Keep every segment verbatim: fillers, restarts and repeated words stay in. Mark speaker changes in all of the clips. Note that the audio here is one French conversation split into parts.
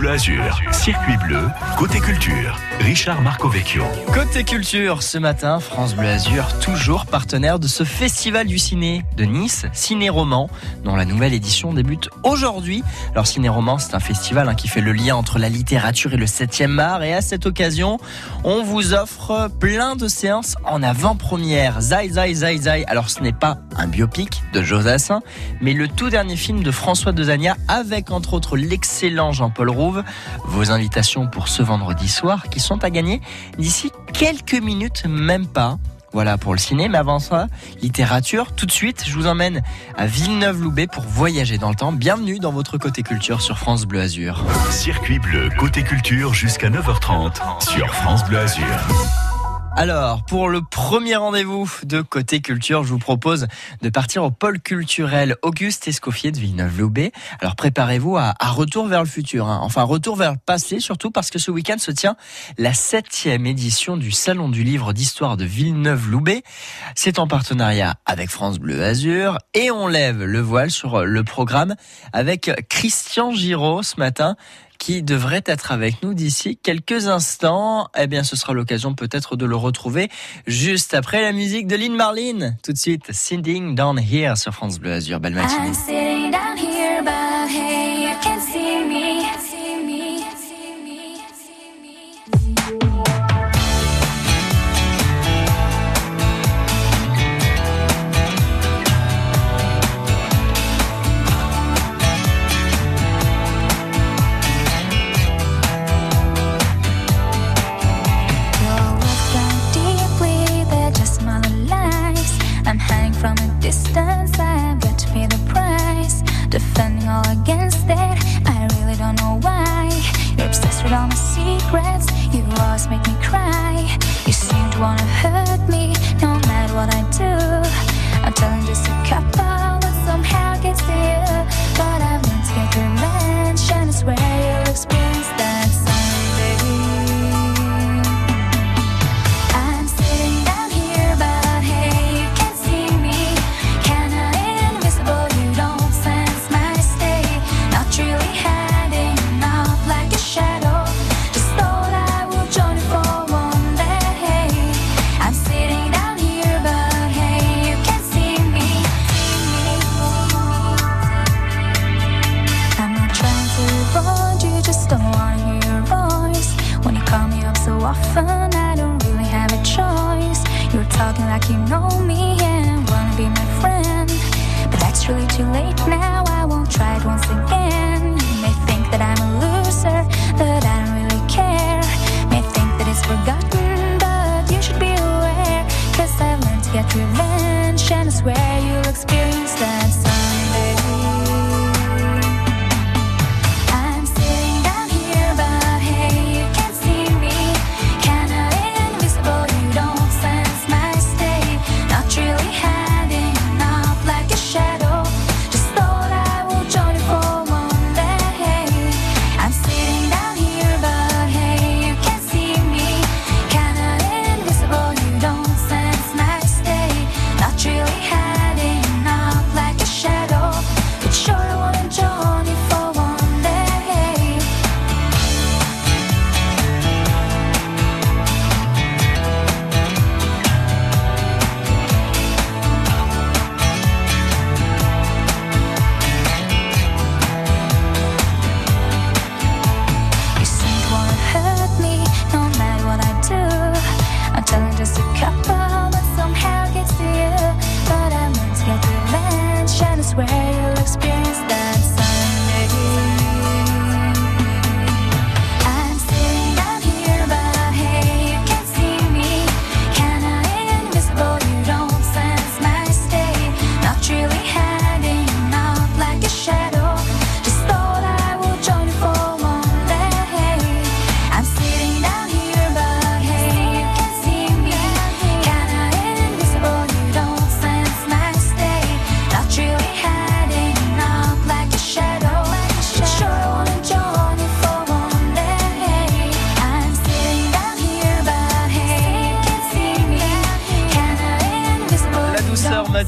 Speaker 1: Bleu Azur, circuit bleu, côté culture, Richard Marcovecchio.
Speaker 2: Côté culture, ce matin, France Bleu Azur, toujours partenaire de ce festival du ciné de Nice, Ciné Roman, dont la nouvelle édition débute aujourd'hui. Alors Ciné Roman, c'est un festival hein, qui fait le lien entre la littérature et le septième art, et à cette occasion, on vous offre plein de séances en avant-première. Zai Zai Zai Zai. Alors ce n'est pas un biopic de Josassin, mais le tout dernier film de François Dezania avec entre autres l'excellent Jean-Paul Rouve. Vos invitations pour ce vendredi soir qui sont à gagner d'ici quelques minutes, même pas. Voilà pour le ciné, mais avant ça, littérature, tout de suite, je vous emmène à Villeneuve-Loubet pour voyager dans le temps. Bienvenue dans votre Côté Culture sur France Bleu Azur.
Speaker 1: Circuit bleu, côté culture jusqu'à neuf heures trente sur France Bleu Azur.
Speaker 2: Alors, pour le premier rendez-vous de Côté Culture, je vous propose de partir au pôle culturel Auguste Escoffier de Villeneuve-Loubet. Alors, préparez-vous à, à retour vers le futur, hein. Enfin, retour vers le passé, surtout parce que ce week-end se tient la septième édition du Salon du Livre d'Histoire de Villeneuve-Loubet. C'est en partenariat avec France Bleu Azur et on lève le voile sur le programme avec Christian Giraud ce matin, qui devrait être avec nous d'ici quelques instants. Eh bien, ce sera l'occasion peut-être de le retrouver juste après la musique de Lynn Marlin. Tout de suite, Sitting Down Here sur France Bleu Azur. Belle matinée.
Speaker 3: I'm sitting down here, but hey, you can see me. From a distance, I've got to pay the price. Defending all against it, I really don't know why. You're obsessed with all my secrets, you always make me cry. You seem to wanna hurt me, no matter what I do. I'm telling just a couple, but somehow gets to you. But I've learned to get revenge, and I swear you'll experience that someday. I'm sitting down here, but hey, you can't see me. You don't sense my state. Not really hiding out like a shadow. Just thought I would join you for one day. I'm sitting down here, but hey,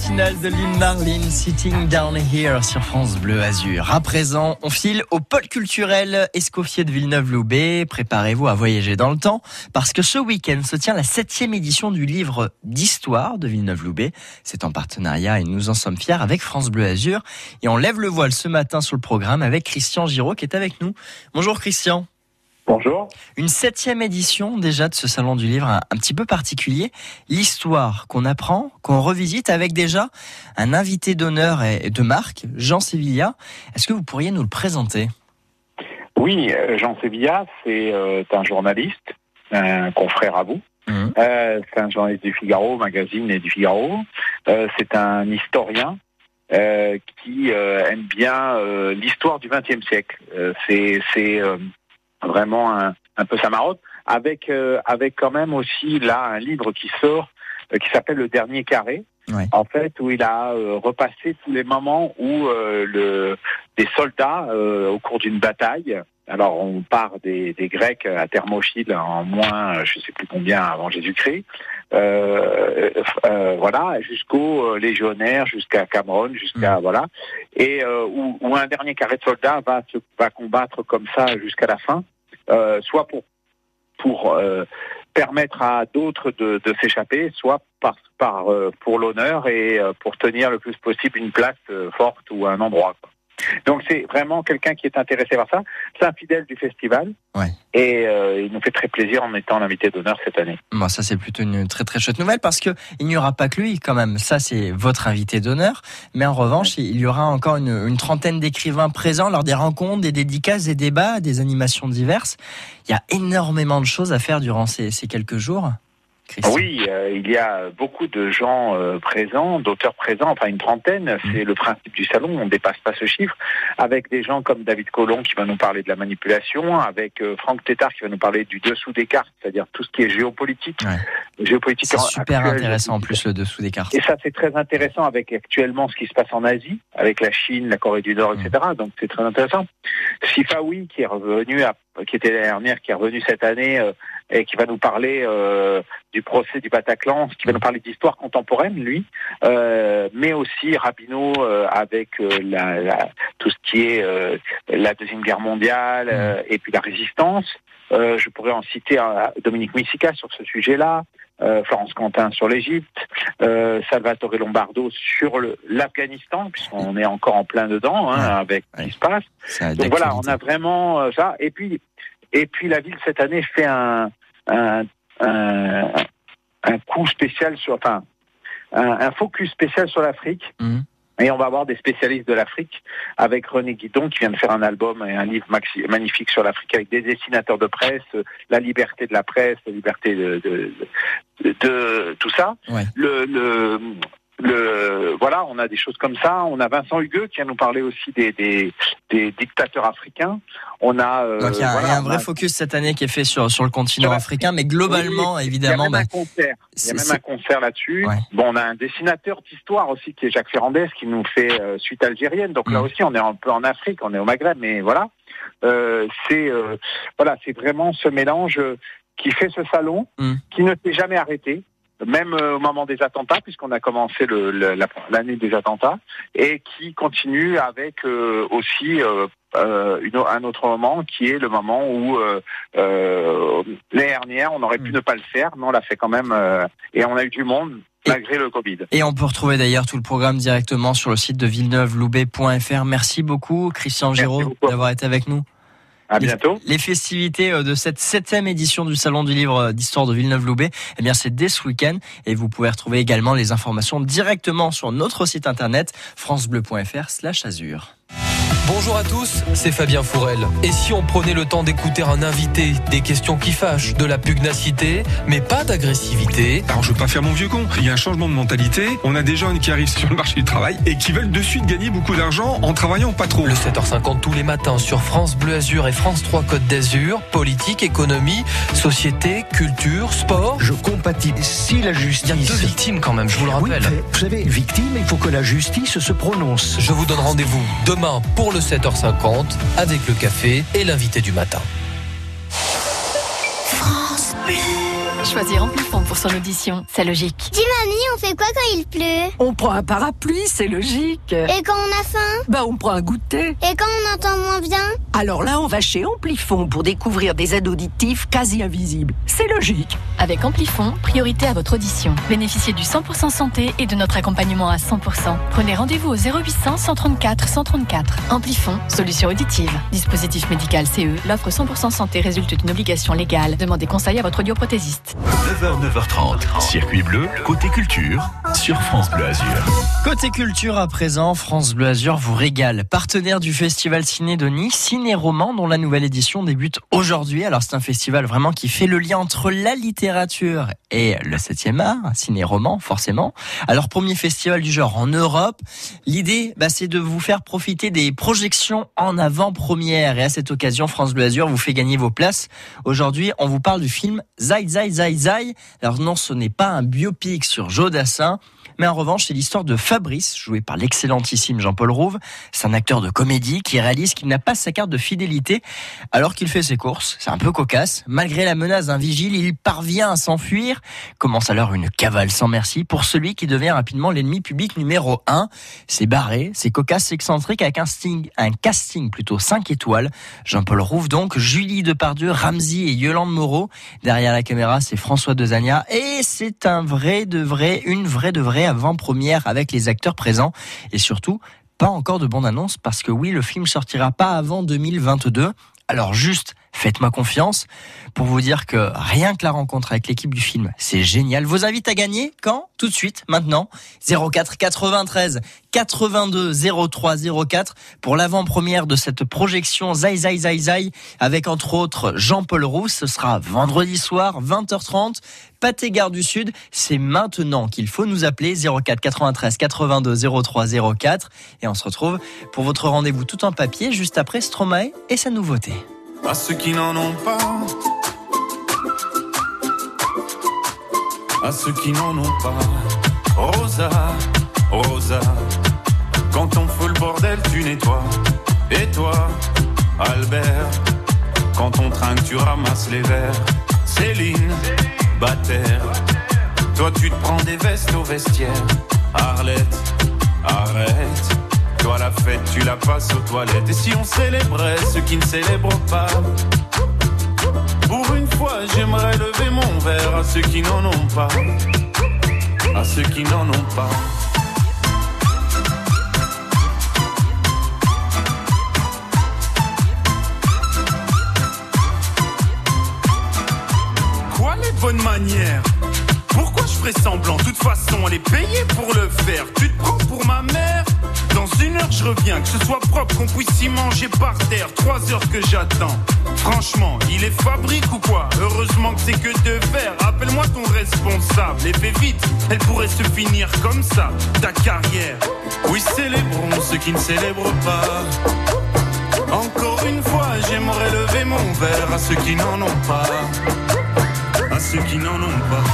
Speaker 2: matinale de Lynn Marlin, Sitting Down Here sur France Bleu Azur. À présent, on file au pôle culturel Escoffier de Villeneuve-Loubet. Préparez-vous à voyager dans le temps, parce que ce week-end se tient la septième édition du livre d'histoire de Villeneuve-Loubet. C'est en partenariat et nous en sommes fiers avec France Bleu Azur. Et on lève le voile ce matin sur le programme avec Christian Giraud qui est avec nous. Bonjour Christian.
Speaker 4: Bonjour.
Speaker 2: Une septième édition déjà de ce salon du livre un, un petit peu particulier. L'histoire qu'on apprend, qu'on revisite avec déjà un invité d'honneur et de marque, Jean Sévillia. Est-ce que vous pourriez nous le présenter ?
Speaker 4: Oui, Jean Sévillia, c'est euh, un journaliste, un confrère à vous. Mmh. Euh, c'est un journaliste du Figaro, magazine et du Figaro. Euh, c'est un historien euh, qui euh, aime bien euh, l'histoire du vingtième siècle. Euh, c'est... c'est euh, vraiment un, un peu sa marotte, avec euh, avec quand même aussi là un livre qui sort euh, qui s'appelle Le Dernier Carré, ouais. En fait où il a euh, repassé tous les moments où euh, le des soldats euh, au cours d'une bataille. Alors on part des, des Grecs à Thermopyles en moins je sais plus combien avant Jésus-Christ, euh, euh, voilà, jusqu'aux euh, légionnaires, jusqu'à Cameron, jusqu'à mmh. voilà, et euh, où, où un dernier carré de soldats va se va combattre comme ça jusqu'à la fin. Euh, soit pour pour euh, permettre à d'autres de, de s'échapper, soit par par euh, pour l'honneur et euh, pour tenir le plus possible une place euh, forte ou un endroit, quoi. Donc c'est vraiment quelqu'un qui est intéressé par ça. C'est un fidèle du festival, ouais. Et euh, il nous fait très plaisir en étant l'invité d'honneur cette année.
Speaker 2: Bon, ça c'est plutôt une très très chouette nouvelle, parce que il n'y aura pas que lui quand même. Ça c'est votre invité d'honneur, mais en revanche ouais. il y aura encore une, une trentaine d'écrivains présents lors des rencontres, des dédicaces, des débats, des animations diverses. Il y a énormément de choses à faire durant ces, ces quelques jours. Christian.
Speaker 4: Oui, euh, il y a beaucoup de gens euh, présents, d'auteurs présents, enfin une trentaine, mmh. C'est le principe du salon, on ne dépasse pas ce chiffre, avec des gens comme David Colomb qui va nous parler de la manipulation, avec euh, Franck Tétard qui va nous parler du dessous des cartes, c'est-à-dire tout ce qui est géopolitique.
Speaker 2: Ouais. géopolitique c'est super actuelle, intéressant en plus le dessous des cartes.
Speaker 4: Et ça c'est très intéressant avec actuellement ce qui se passe en Asie, avec la Chine, la Corée du Nord, mmh. et cetera. Donc c'est très intéressant. Sifawi qui est revenu, à, qui était l'année dernière, qui est revenu cette année, euh, et qui va nous parler euh, du procès du Bataclan, qui va nous parler d'histoire contemporaine, lui, euh, mais aussi Rabineau euh, avec euh, la, la, tout ce qui est euh, la Deuxième Guerre mondiale euh, et puis la résistance. Euh, je pourrais en citer euh, Dominique Messica sur ce sujet-là, euh, Florence Quentin sur l'Égypte, euh, Salvatore Lombardo sur le, l'Afghanistan, puisqu'on est encore en plein dedans hein, ouais. avec ce qui se passe. Ça Donc voilà, on a vraiment euh, ça. Et puis, et puis la ville cette année fait un un, un, un coup spécial sur, enfin, un, un focus spécial sur l'Afrique. Mmh. Et on va avoir des spécialistes de l'Afrique avec René Guidon qui vient de faire un album et un livre maxi, magnifique sur l'Afrique avec des dessinateurs de presse, la liberté de la presse, la liberté de, de, de, de tout ça. Ouais. Le, le, le, voilà, on a des choses comme ça. On a Vincent Hugueux qui vient nous parler aussi des, des, des dictateurs africains. On a, euh,
Speaker 2: Donc il y a, voilà, il y a un vrai a... focus cette année qui est fait sur, sur le continent sur africain, mais globalement, oui, évidemment...
Speaker 4: Il y a même bah, un concert, il y a même un concert là-dessus. Ouais. Bon, on a un dessinateur d'histoire aussi qui est Jacques Ferrandez qui nous fait euh, suite algérienne. Donc mmh. là aussi, on est un peu en Afrique, on est au Maghreb, mais voilà. Euh, c'est, euh, voilà, c'est vraiment ce mélange qui fait ce salon, mmh. qui ne s'est jamais arrêté. Même euh, au moment des attentats, puisqu'on a commencé le, le, la, l'année des attentats, et qui continue avec euh, aussi euh, euh, une, un autre moment, qui est le moment où euh, euh, l'année dernière, on aurait pu mmh. ne pas le faire, mais on l'a fait quand même, euh, et on a eu du monde, malgré et, le Covid.
Speaker 2: Et on peut retrouver d'ailleurs tout le programme directement sur le site de villeneuve loubet point f r. Merci beaucoup, Christian Giraud, d'avoir été avec nous.
Speaker 4: À bientôt.
Speaker 2: Les, les festivités de cette septième édition du Salon du Livre d'Histoire de Villeneuve-Loubet, eh bien, c'est dès ce week-end. Et vous pouvez retrouver également les informations directement sur notre site internet, francebleu point f r slash azur.
Speaker 5: Bonjour à tous, c'est Fabien Fourel. Et si on prenait le temps d'écouter un invité, des questions qui fâchent, de la pugnacité, mais pas d'agressivité?
Speaker 6: Alors je veux pas faire mon vieux con, il y a un changement de mentalité, on a des jeunes qui arrivent sur le marché du travail et qui veulent de suite gagner beaucoup d'argent en travaillant pas trop.
Speaker 5: Le sept heures cinquante tous les matins sur France Bleu Azur et France trois Côte d'Azur, politique, économie, société, culture, sport.
Speaker 7: Je compatis si la justice...
Speaker 5: Il y a deux victimes quand même, je vous le rappelle.
Speaker 7: Oui, vous savez, victime, il faut que la justice se prononce.
Speaker 5: Je vous donne rendez-vous demain pour le sept heures cinquante avec le café et l'invité du matin.
Speaker 8: France Bleu. Choisir Amplifon pour son audition, c'est logique.
Speaker 9: Dis mamie, on fait quoi quand il pleut?
Speaker 10: On prend un parapluie, c'est logique.
Speaker 9: Et quand on a faim?
Speaker 10: Bah on prend un goûter.
Speaker 9: Et quand on entend moins bien?
Speaker 10: Alors là, on va chez Amplifon pour découvrir des aides auditives quasi invisibles. C'est logique.
Speaker 8: Avec Amplifon, priorité à votre audition. Bénéficiez du cent pour cent santé et de notre accompagnement à cent pour cent. Prenez rendez-vous au zéro huit cents, cent trente-quatre, cent trente-quatre. Amplifon, solution auditive. Dispositif médical C E. L'offre cent pour cent santé résulte d'une obligation légale. Demandez conseil à votre audioprothésiste.
Speaker 1: neuf heures, neuf heures trente. Circuit bleu, côté culture, sur France Bleu Azur.
Speaker 2: Côté culture à présent, France Bleu Azur vous régale. Partenaire du Festival Ciné de Nice, Ciné Roman, dont la nouvelle édition débute aujourd'hui. Alors c'est un festival vraiment qui fait le lien entre la littérature et le septième art, Ciné Roman forcément. Alors premier festival du genre en Europe. L'idée, bah, c'est de vous faire profiter des projections en avant-première. Et à cette occasion, France Bleu Azur vous fait gagner vos places. Aujourd'hui, on vous parle du film Zai Zai Zai Zai. Alors non, ce n'est pas un biopic sur Joe Dassin, mais en revanche, c'est l'histoire de Fabrice, joué par l'excellentissime Jean-Paul Rouve. C'est un acteur de comédie qui réalise qu'il n'a pas sa carte de fidélité alors qu'il fait ses courses. C'est un peu cocasse. Malgré la menace d'un vigile, il parvient à s'enfuir. Commence alors une cavale sans merci pour celui qui devient rapidement l'ennemi public numéro un. C'est barré, c'est cocasse, c'est excentrique avec un casting, un casting plutôt cinq étoiles. Jean-Paul Rouve donc, Julie Depardieu, Ramzy et Yolande Moreau. Derrière la caméra, c'est François Dezania et c'est un vrai de vrai, une vraie de vraie avant-première avec les acteurs présents et surtout pas encore de bande-annonce parce que oui, le film sortira pas avant deux mille vingt-deux. Alors juste, faites-moi confiance pour vous dire que rien que la rencontre avec l'équipe du film, c'est génial. Vos invites à gagner, quand? Tout de suite, maintenant. zéro quatre quatre-vingt-treize quatre-vingt-deux zéro trois zéro quatre pour l'avant-première de cette projection Zai Zai Zai Zai avec entre autres Jean-Paul Rouve. Ce sera vendredi soir, vingt heures trente. Pâté Gare du Sud, c'est maintenant qu'il faut nous appeler zéro quatre quatre-vingt-treize quatre-vingt-deux zéro trois zéro quatre et on se retrouve pour votre rendez-vous tout en papier juste après Stromae et sa nouveauté.
Speaker 11: À ceux qui n'en ont pas, à ceux qui n'en ont pas, Rosa, Rosa, quand on fout le bordel tu nettoies, et toi, Albert, quand on trinque tu ramasses les verres, Céline, Bataire, toi tu te prends des vestes au vestiaire, Arlette, arrête, toi la fête tu la passes aux toilettes. Et si on célébrait ceux qui ne célèbrent pas, pour une fois j'aimerais lever mon verre à ceux qui n'en ont pas, à ceux qui n'en ont pas. Quoi les bonnes manières? Pourquoi je ferais semblant? De toute façon elle est payée pour le faire. Tu te prends pour ma mère? Dans une heure je reviens, que ce soit propre, qu'on puisse y manger par terre. Trois heures que j'attends. Franchement, il est fabrique ou quoi? Heureusement que c'est que de verre. Appelle-moi ton responsable et fais vite, elle pourrait se finir comme ça, ta carrière. Oui, célébrons ceux qui ne célèbrent pas. Encore une fois, j'aimerais lever mon verre à ceux qui n'en ont pas, à ceux qui n'en ont pas.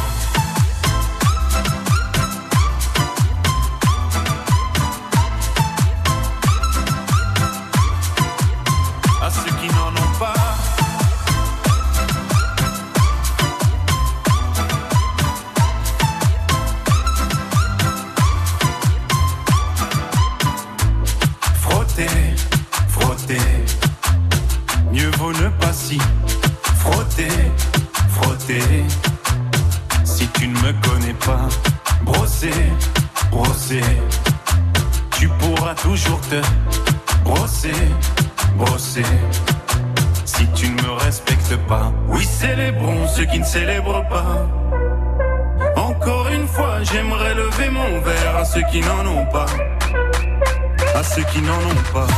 Speaker 11: Mieux vaut ne pas s'y frotter, frotter. Si tu ne me connais pas, brosser, brosser. Tu pourras toujours te brosser, brosser. Si tu ne me respectes pas, oui, célébrons ceux qui ne célèbrent pas. Encore une fois, j'aimerais lever mon verre à ceux qui n'en ont pas, à ceux qui n'en ont pas.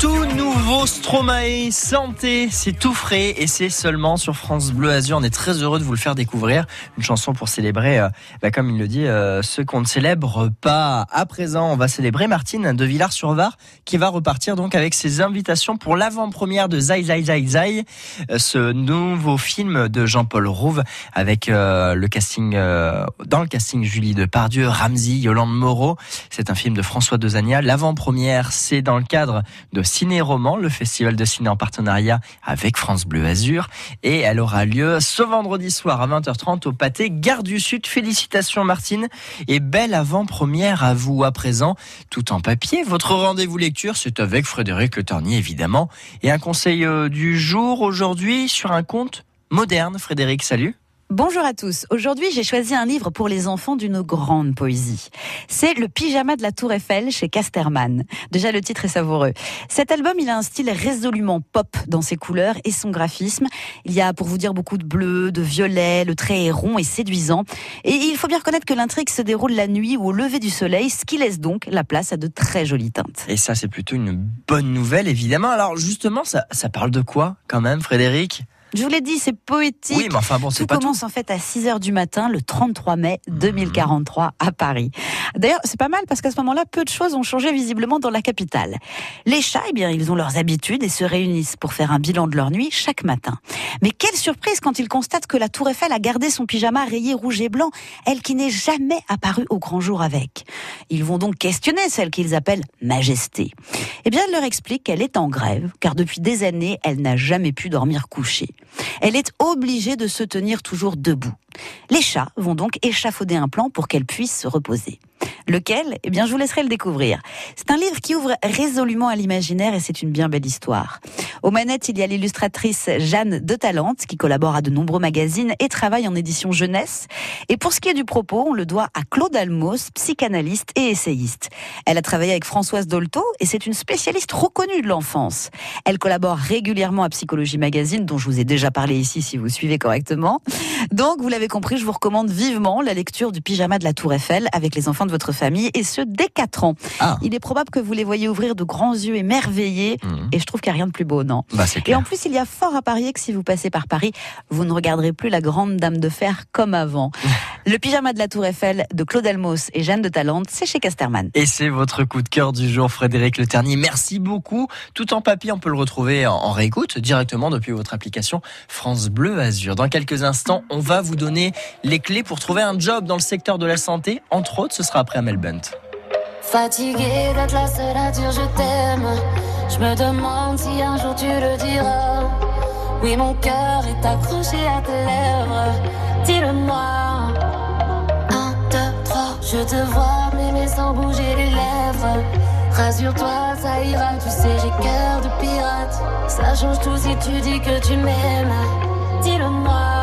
Speaker 2: tout nouveau Stromae, Santé, c'est tout frais et c'est seulement sur France Bleu Azur. On est très heureux de vous le faire découvrir. Une chanson pour célébrer, euh, bah comme il le dit, euh, ceux qu'on ne célèbre pas. À présent, on va célébrer Martine de Villars-sur-Var qui va repartir donc avec ses invitations pour l'avant-première de Zai Zai Zai Zai, euh, ce nouveau film de Jean-Paul Rouve avec euh, le casting, euh, dans le casting Julie Depardieu, Ramzy, Yolande Moreau. C'est un film de François Dezania. L'avant-première, c'est dans le cadre de Ciné-Roman, le festival de ciné en partenariat avec France Bleu Azur. Et elle aura lieu ce vendredi soir à vingt heures trente au Pâté, Gare du Sud. Félicitations Martine et belle avant-première à vous. À présent, tout en papier. Votre rendez-vous lecture, c'est avec Frédéric Le Ternier évidemment. Et un conseil du jour aujourd'hui sur un conte moderne. Frédéric, salut.
Speaker 12: Bonjour à tous. Aujourd'hui, j'ai choisi un livre pour les enfants d'une grande poésie. C'est Le pyjama de la Tour Eiffel chez Casterman. Déjà, le titre est savoureux. Cet album, il a un style résolument pop dans ses couleurs et son graphisme. Il y a, pour vous dire, beaucoup de bleu, de violet, le trait est rond et séduisant. Et il faut bien reconnaître que l'intrigue se déroule la nuit ou au lever du soleil, ce qui laisse donc la place à de très jolies teintes.
Speaker 2: Et ça, c'est plutôt une bonne nouvelle, évidemment. Alors, justement, ça, ça parle de quoi, quand même, Frédéric ?
Speaker 12: Je vous l'ai dit, c'est poétique.
Speaker 2: Oui, mais enfin bon, c'est
Speaker 12: tout
Speaker 2: pas
Speaker 12: commence
Speaker 2: tout.
Speaker 12: en fait à six heures du matin, le trente-trois mai deux mille quarante-trois à Paris. D'ailleurs, c'est pas mal parce qu'à ce moment-là, peu de choses ont changé visiblement dans la capitale. Les chats, eh bien, ils ont leurs habitudes et se réunissent pour faire un bilan de leur nuit chaque matin. Mais quelle surprise quand ils constatent que la Tour Eiffel a gardé son pyjama rayé rouge et blanc, elle qui n'est jamais apparue au grand jour avec. Ils vont donc questionner celle qu'ils appellent Majesté. Eh bien, elle leur explique qu'elle est en grève, car depuis des années, elle n'a jamais pu dormir couchée. Elle est obligée de se tenir toujours debout. Les chats vont donc échafauder un plan pour qu'elle puisse se reposer. Lequel ? Eh bien, je vous laisserai le découvrir. C'est un livre qui ouvre résolument à l'imaginaire et c'est une bien belle histoire. Aux manettes, il y a l'illustratrice Jeanne de Talente qui collabore à de nombreux magazines et travaille en édition jeunesse. Et pour ce qui est du propos, on le doit à Claude Almos, psychanalyste et essayiste. Elle a travaillé avec Françoise Dolto et c'est une spécialiste reconnue de l'enfance. Elle collabore régulièrement à Psychologie Magazine, dont je vous ai déjà parlé ici si vous suivez correctement. Donc, vous l'avez compris, je vous recommande vivement la lecture du pyjama de la Tour Eiffel avec les enfants de votre famille, et ce, dès quatre ans. Ah. Il est probable que vous les voyez ouvrir de grands yeux émerveillés, mmh. et je trouve qu'il n'y a rien de plus beau, non ?
Speaker 2: Bah, c'est clair.
Speaker 12: Et en plus, il y a fort à parier que si vous passez par Paris, vous ne regarderez plus la grande dame de fer comme avant. Le pyjama de la Tour Eiffel de Claude Almos et Jeanne de Talente, c'est chez Casterman.
Speaker 2: Et c'est votre coup de cœur du jour, Frédéric Le Ternier. Merci beaucoup. Tout en papier, on peut le retrouver en réécoute directement depuis votre application France Bleu Azur. Dans quelques instants, on va vous donner les clés pour trouver un job dans le secteur de la santé. Entre autres, ce sera après Amel Bent.
Speaker 13: Fatiguée d'être la seule à dire je t'aime, je me demande si un jour tu le diras. Oui, mon cœur est accroché à tes lèvres, dis-le-moi. Un, deux, trois, je te vois m'aimer sans bouger les lèvres. Rassure-toi, ça ira, tu sais j'ai cœur de pirate. Ça change tout si tu dis que tu m'aimes, dis-le-moi.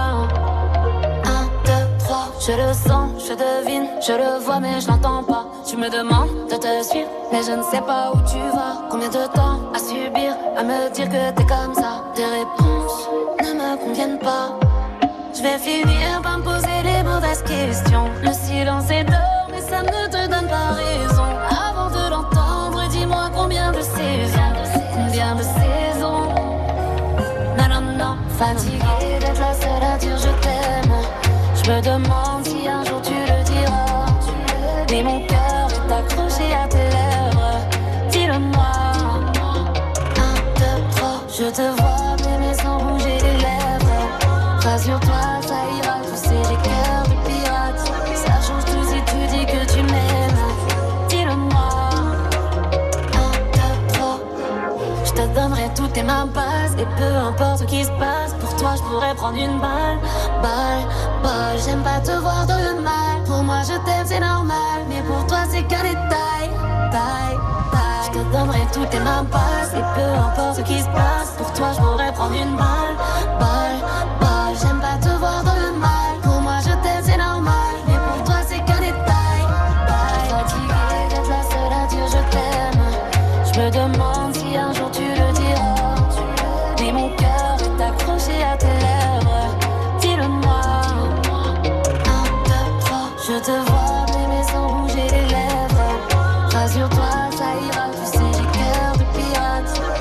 Speaker 13: Je le sens, je devine, je le vois mais je l'entends pas. Tu me demandes de te suivre, mais je ne sais pas où tu vas. Combien de temps à subir, à me dire que t'es comme ça. Tes réponses ne me conviennent pas. Je vais finir par me poser les mauvaises questions. Le silence est d'or, mais ça ne te donne pas raison. Avant de l'entendre, dis-moi combien de saisons, combien de saisons. Non, non, non, fatiguée d'être la seule à dire je t'aime. Je me demande si un jour tu le diras. Mais mon cœur est accroché à tes lèvres, dis-le-moi. Un, deux, trois, je te vois m'aimer sans bouger les lèvres. Rassure-toi, ça ira, tu sais j'ai cœur de pirate. Ça change tout si tu dis que tu m'aimes, dis-le-moi. Un, deux, trois, je te donnerai toutes tes mains basses. Et peu importe ce qui se passe, pour toi je pourrais prendre une balle. Balle, balle, j'aime pas te voir dans le mal. Pour moi je t'aime c'est normal, mais pour toi c'est qu'un détail. Taille, taille, je te donnerai toutes tes mains basses. Et peu importe ce qui se passe, pour toi je pourrais prendre une balle. Balle, balle, j'aime pas te voir dans le mal. Pour moi je t'aime c'est normal, mais pour toi c'est qu'un détail. Balle, fatiguée d'être la seule à dire je t'aime. Je me demande si un jour tu le diras. Mais mon cœur est accroché à tes lèvres, dis-le-moi. Un, deux, trois, je te vois m'aimer sans bouger les lèvres. Rassure-toi, ça ira, tu sais j'ai cœur de pirate.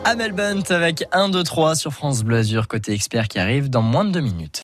Speaker 2: Amel Bent avec un, deux, trois sur France Bleu Azur, côté expert qui arrive dans moins de deux minutes.